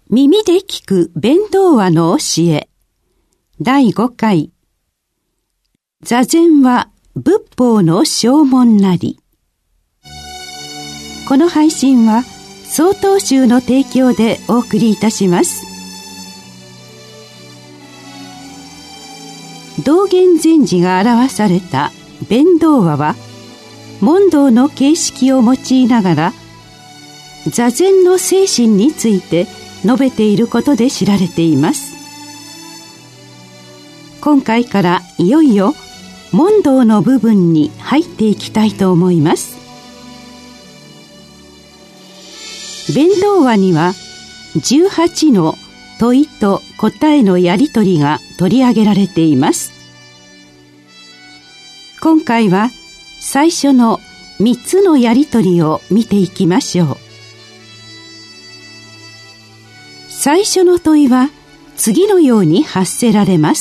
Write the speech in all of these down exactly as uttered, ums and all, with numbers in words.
耳で聞く弁道話の教えだいごかい、座禅は仏法の証文なり。この配信は曹洞宗の提供でお送りいたします。道元禅師が表された弁道話は、問答の形式を用いながら座禅の精神について述べていることで知られています。今回からいよいよ問答の部分に入っていきたいと思います。弁道話にはじゅうはちの問いと答えのやり取りが取り上げられています。今回は最初のみっつのやり取りを見ていきましょう。最初の問いは次のように発せられます。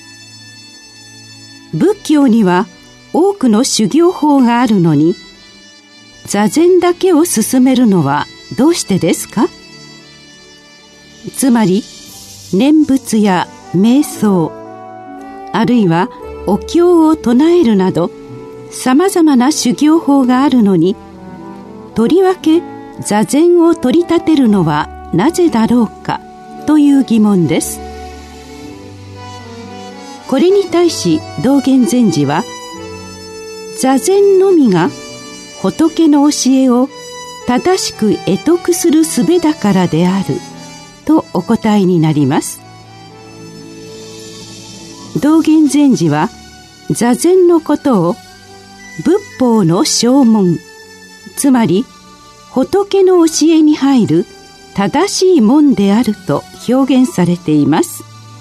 仏教には多くの修行法があるのに、座禅だけを進めるのはどうしてですか？つまり念仏や瞑想、あるいはお経を唱えるなどさまざまな修行法があるのに、とりわけ座禅を取り立てるのはなぜだろうかという疑問です。これに対し道元禅師は、座禅のみが仏の教えを正しく会得する術だからであるとお答えになります。道元禅師は座禅のことを仏法の証文、つまり仏の教えに入る正しい門であると表現されています。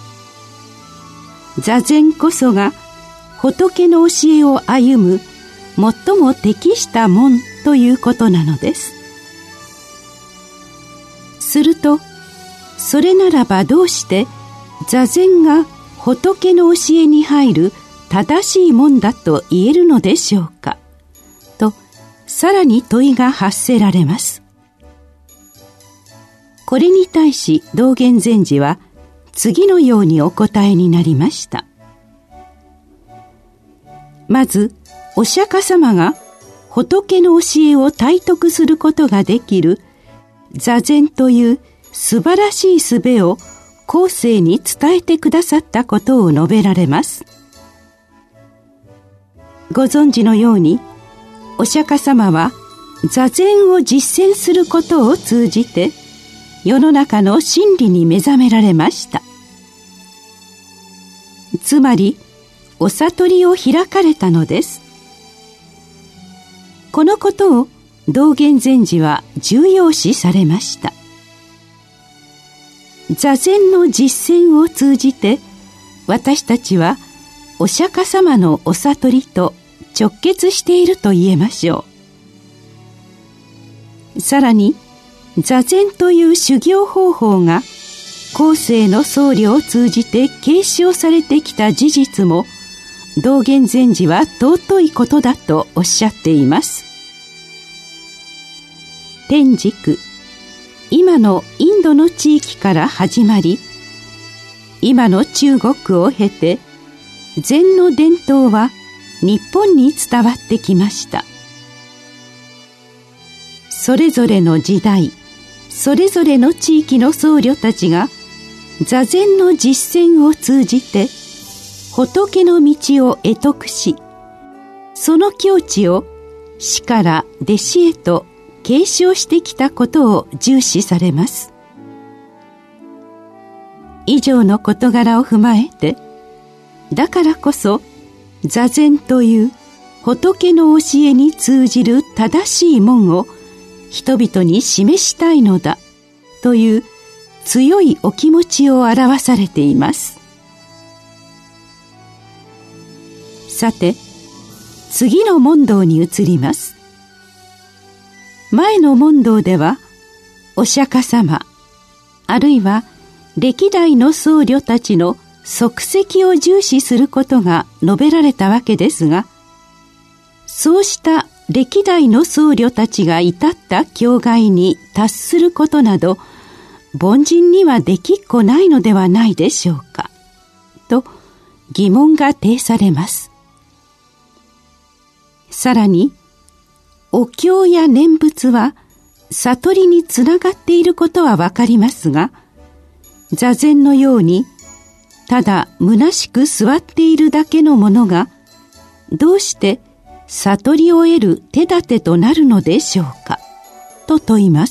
座禅こそが仏の教えを歩む最も適した門ということなのです。すると、それならばどうして座禅が仏の教えに入る正しい門だと言えるのでしょうかと、さらに問いが発せられます。これに対し道元禅師は次のようにお答えになりました。まず、お釈迦様が仏の教えを体得することができる座禅という素晴らしい術を後世に伝えてくださったことを述べられます。ご存知のように、お釈迦様は座禅を実践することを通じて世の中の真理に目覚められました。つまりお悟りを開かれたのです。このことを道元禅師は重要視されました。座禅の実践を通じて、私たちはお釈迦様のお悟りと直結していると言えましょう。さらに座禅という修行方法が後世の僧侶を通じて継承されてきた事実も、道元禅師は尊いことだとおっしゃっています。天竺、今のインドの地域から始まり、今の中国を経て、禅の伝統は日本に伝わってきました。それぞれの時代、それぞれの地域の僧侶たちが座禅の実践を通じて仏の道を会得し、その境地を師から弟子へと継承してきたことを重視されます。以上の事柄を踏まえて、だからこそ座禅という仏の教えに通じる正しい門を人々に示したいのだという強いお気持ちを表されています。さて、次の問答に移ります。前の問答では、お釈迦様、あるいは歴代の僧侶たちの足跡を重視することが述べられたわけですが、そうした歴代の僧侶たちが至った境界に達することなど、 凡人にはできっこないのではないでしょうか、と疑問が呈されます。さらに、お経や念仏は悟りにつながっていることはわかりますが、座禅のようにただ虚しく座っているだけのものがどうして悟りを得る手立てとなるのでしょうか、と問います。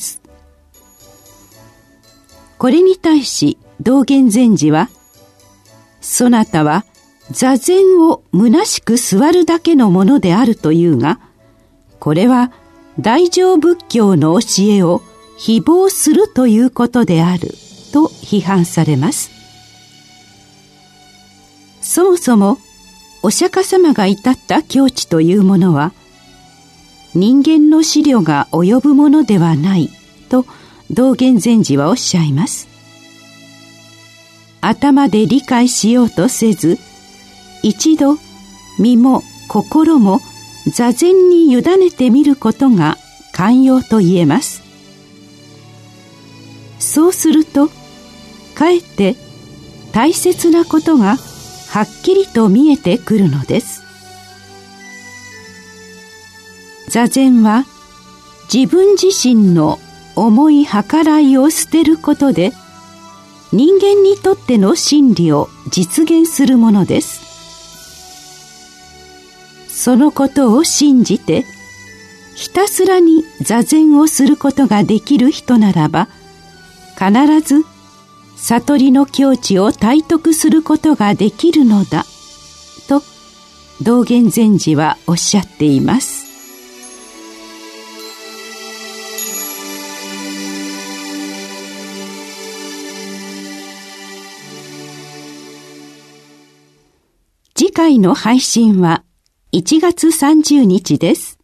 これに対し道元禅師は、そなたは座禅を虚しく座るだけのものであるというが、これは大乗仏教の教えを誹謗するということであると批判されます。そもそもお釈迦様が至った境地というものは、人間の思慮が及ぶものではないと道元禅師はおっしゃいます。頭で理解しようとせず、一度身も心も座禅に委ねてみることが寛容と言えます。そうすると、かえって大切なことがはっきりと見えてくるのです。座禅は自分自身の重い計らいを捨てることで、人間にとっての真理を実現するものです。そのことを信じて、ひたすらに座禅をすることができる人ならば、必ず悟りの境地を体得することができるのだ、と道元禅師はおっしゃっています。次回の配信はいちがつさんじゅうにちです。